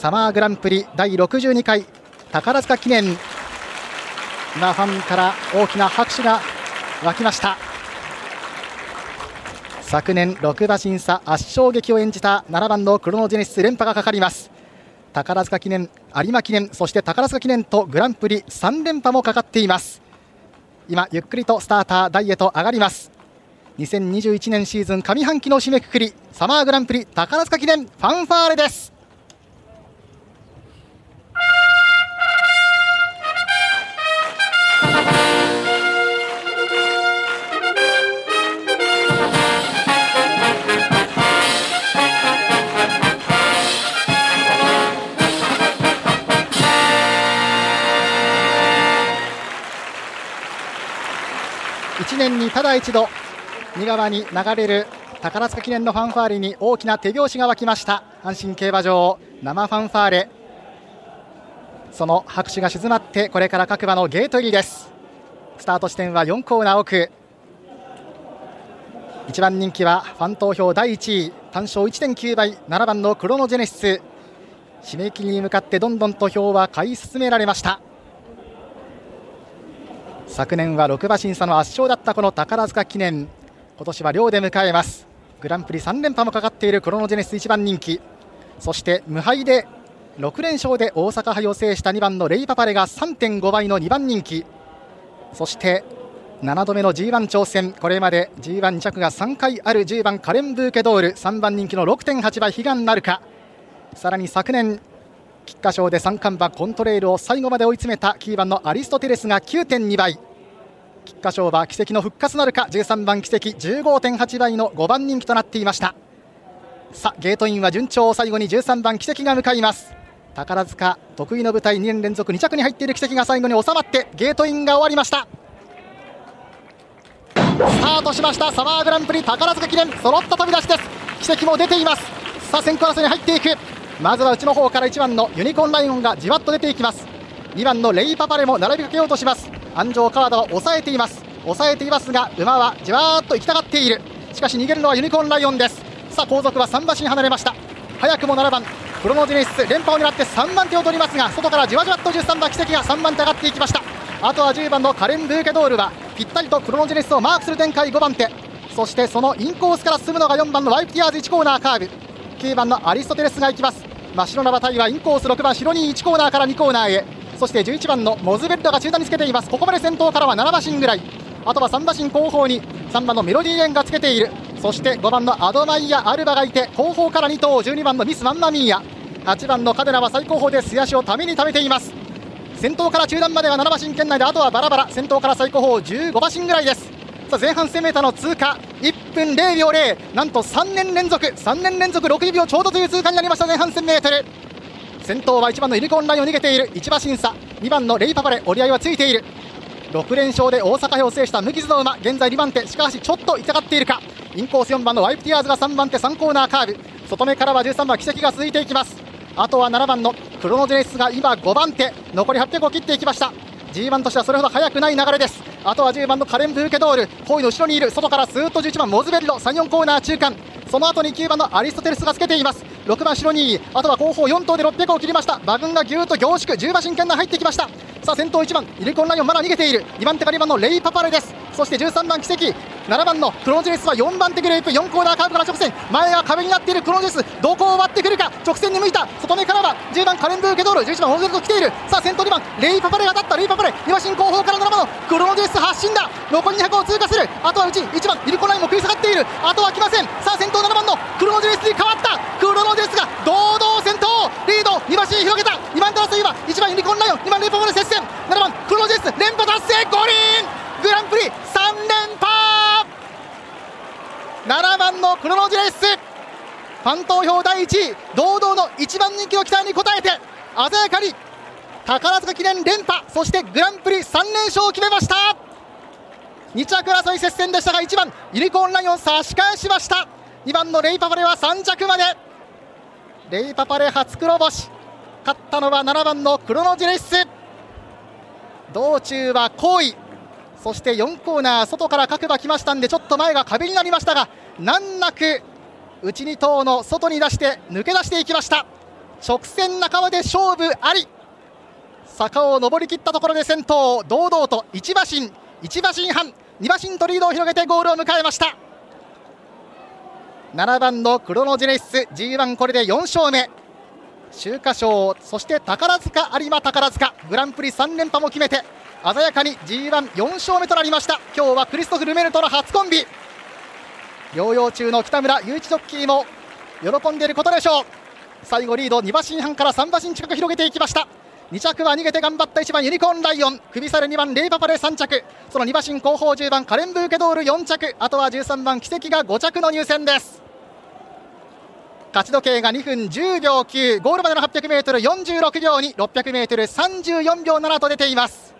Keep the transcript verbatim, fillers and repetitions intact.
サマーグランプリだいろくじゅうにかい宝塚記念、今ファンから大きな拍手が沸きました。昨年ろくば審査圧勝劇を演じたななばんのクロノジェネシス連覇がかかります。宝塚記念、有馬記念、そして宝塚記念とグランプリさん連覇もかかっています。今ゆっくりとスターター台へと上がります。にせんにじゅういちねんシーズン上半期の締めくくり、サマーグランプリ宝塚記念ファンファーレです。いちねんにただ一度仁川に流れる宝塚記念のファンファーレに大きな手拍子が沸きました。阪神競馬場生ファンファーレ、その拍手が静まってこれから各馬のゲート入りです。スタート地点はよんコーナー奥、いちばん人気はファン投票だいいちい、単勝 いってんきゅう 倍ななばんのクロノジェネシス。締め切りに向かってどんどんと票は買い進められました。昨年はろくば審査の圧勝だったこの宝塚記念、今年は両で迎えます。グランプリさん連覇もかかっているクロノジェネシスいちばん人気、そして無敗でろくれんしょうで大阪杯を制したにばんのレイパパレが さんてんご 倍のにばん人気、そしてななどめの ジーワン 挑戦、これまで ジーワンに 着がさんかいあるじゅうばんカレンブーケドール、さんばん人気の ろくてんはち 倍悲願なるか。さらに昨年菊花賞で三冠馬コントレールを最後まで追い詰めたきゅうばんのアリストテレスが きゅうてんに 倍、菊花賞馬奇跡の復活なるか、じゅうさんばん奇跡 じゅうごてんはち 倍のごばん人気となっていました。さあゲートインは順調、最後にじゅうさんばん奇跡が向かいます。宝塚得意の舞台にねん連続に着に入っている奇跡が最後に収まってゲートインが終わりました。スタートしました。サマーグランプリ宝塚記念、揃った飛び出しです。奇跡も出ています。さあ先行争いに入っていく。まずは内の方からいちばんのユニコーンライオンがじわっと出ていきます。にばんのレイパパレも並びかけようとします。安城川田は抑えています抑えていますが馬はじわーっと行きたがっている。しかし逃げるのはユニコーンライオンです。さあ後続はさん馬身離れました。早くもななばんクロノジェネシス連覇を狙ってさんばん手を取りますが、外からじわじわっとじゅうさんばん奇跡がさんばん手上がっていきました。あとはじゅうばんのカレンブーケドールはぴったりとクロノジェネシスをマークする展開、ごばん手、そしてそのインコースから進むのがよんばんのワイプティアーズいちコーナーカーブ、きゅうばんのアリストテレスが行きます。真っ白な馬体はインコースろくばん白にいちコーナーからにコーナーへ、そしてじゅういちばんのモズベッドが中段につけています。ここまで先頭からはなな馬身ぐらい、あとはさん馬身後方にさんばんのメロディーエンがつけている。そしてごばんのアドマイヤ・アルバがいて後方からに頭、じゅうにばんのミス・マンマミーヤ、はちばんのカデナは最後方で素足をためにためています。先頭から中段まではなな馬身圏内で、あとはバラバラ、先頭から最後方じゅうご馬身ぐらいです。さあ前半 せんメーター の通過いっぷんぜろびょうぜろ、なんとさんねん連続さんねん連続ろくじゅうびょうちょうどという通過になりました。前半 せんメートル、先頭はいちばんのユニコーンライオン逃げている。いち馬審査にばんのレイパパレ、折り合いはついている。ろく連勝で大阪杯を制した無傷の馬、現在にばん手、しかしちょっと痛がっているか。インコースよんばんのワイプティアーズがさんばん手、さんコーナーカーブ、外目からはじゅうさんばん奇跡が続いていきます。あとはななばんのクロノジェネシスが今ごばん手、残りはっぴゃくを切っていきました。 ジーワン としてはそれほど速くない流れです。あとはじゅうばんのカレンブーケドール、後位の後ろにいる。外からスーッとじゅういちばんモズベルロ、さんよんコーナー中間、その後にきゅうばんのアリストテレスがつけています。ろくばん後ろに、あとは後方よん頭でろっぴゃくを切りました。馬群がぎゅーっと凝縮、じゅう馬身圏内入ってきました。さあ先頭いちばんユニコーンライオンまだ逃げている。にばん手がにばんのレイパパレです。そしてじゅうさんばん奇跡、ななばんのクロノジェネシスはよんばん手グループ、よんコーナーカーブから直線、前が壁になっているクロノジェネシス、どこを割ってくるか。直線に向いた。外目からはじゅうばんカレンブーケドール、じゅういちばんオズルと来ている。さあ先頭にばんレイパパレが立った。レイパパレに馬身後方からななばんのクロノジェネシス発進だ。残りにひゃくを通過する。あとはうちいちばんユニコーンライオンも食い下がっている。あとは来ません。さあ先頭ななばんのクロノジェネシスに変わった。クロノジェネシスが堂々先頭、リードに馬身広げた。にばん手争いはいちばんユニコーンライオン、にばんレイパパレ接戦、ななばんクロノジェネシス連覇達成、五輪グランプリさん連覇。ななばんのクロノジェネシス、ファン投票だいいちい、堂々のいちばん人気の期待に応えて鮮やかに宝塚記念連覇、そしてグランプリさん連勝を決めました。に着争い接戦でしたがいちばんユニコーンライオン差し返しました。にばんのレイパパレはさん着まで。レイパパレ初黒星、勝ったのはななばんのクロノジェネシス。道中は後位、そしてよんコーナー外から各馬来ましたんでちょっと前が壁になりましたが、難なく内に頭の外に出して抜け出していきました。 直線半ばで勝負あり。坂を上り切ったところで先頭、堂々といち馬身いち馬身半に馬身とリードを広げてゴールを迎えました。ななばんのクロノジェネシス ジーワン これでよん勝目。秋華賞、そして宝塚有馬宝塚グランプリさん連覇も決めて鮮やかに ジーワンよん 勝目となりました。今日はクリストフ・ルメールとの初コンビ。療養中の北村雄一ジョッキーも喜んでいることでしょう。最後リードに馬身半からさん馬身近く広げていきました。に着は逃げて頑張ったいちばんユニコーンライオン、首去るにばんレイパパでさん着、そのに馬身後方じゅうばんカレンブーケドールよん着、あとはじゅうさんばん奇跡がご着の入線です。勝ち時計がにふんじゅうびょうきゅう、ゴールまでの はっぴゃくメートルよんじゅうろくびょうに、ろっぴゃくメートルさんじゅうよんびょうななと出ています。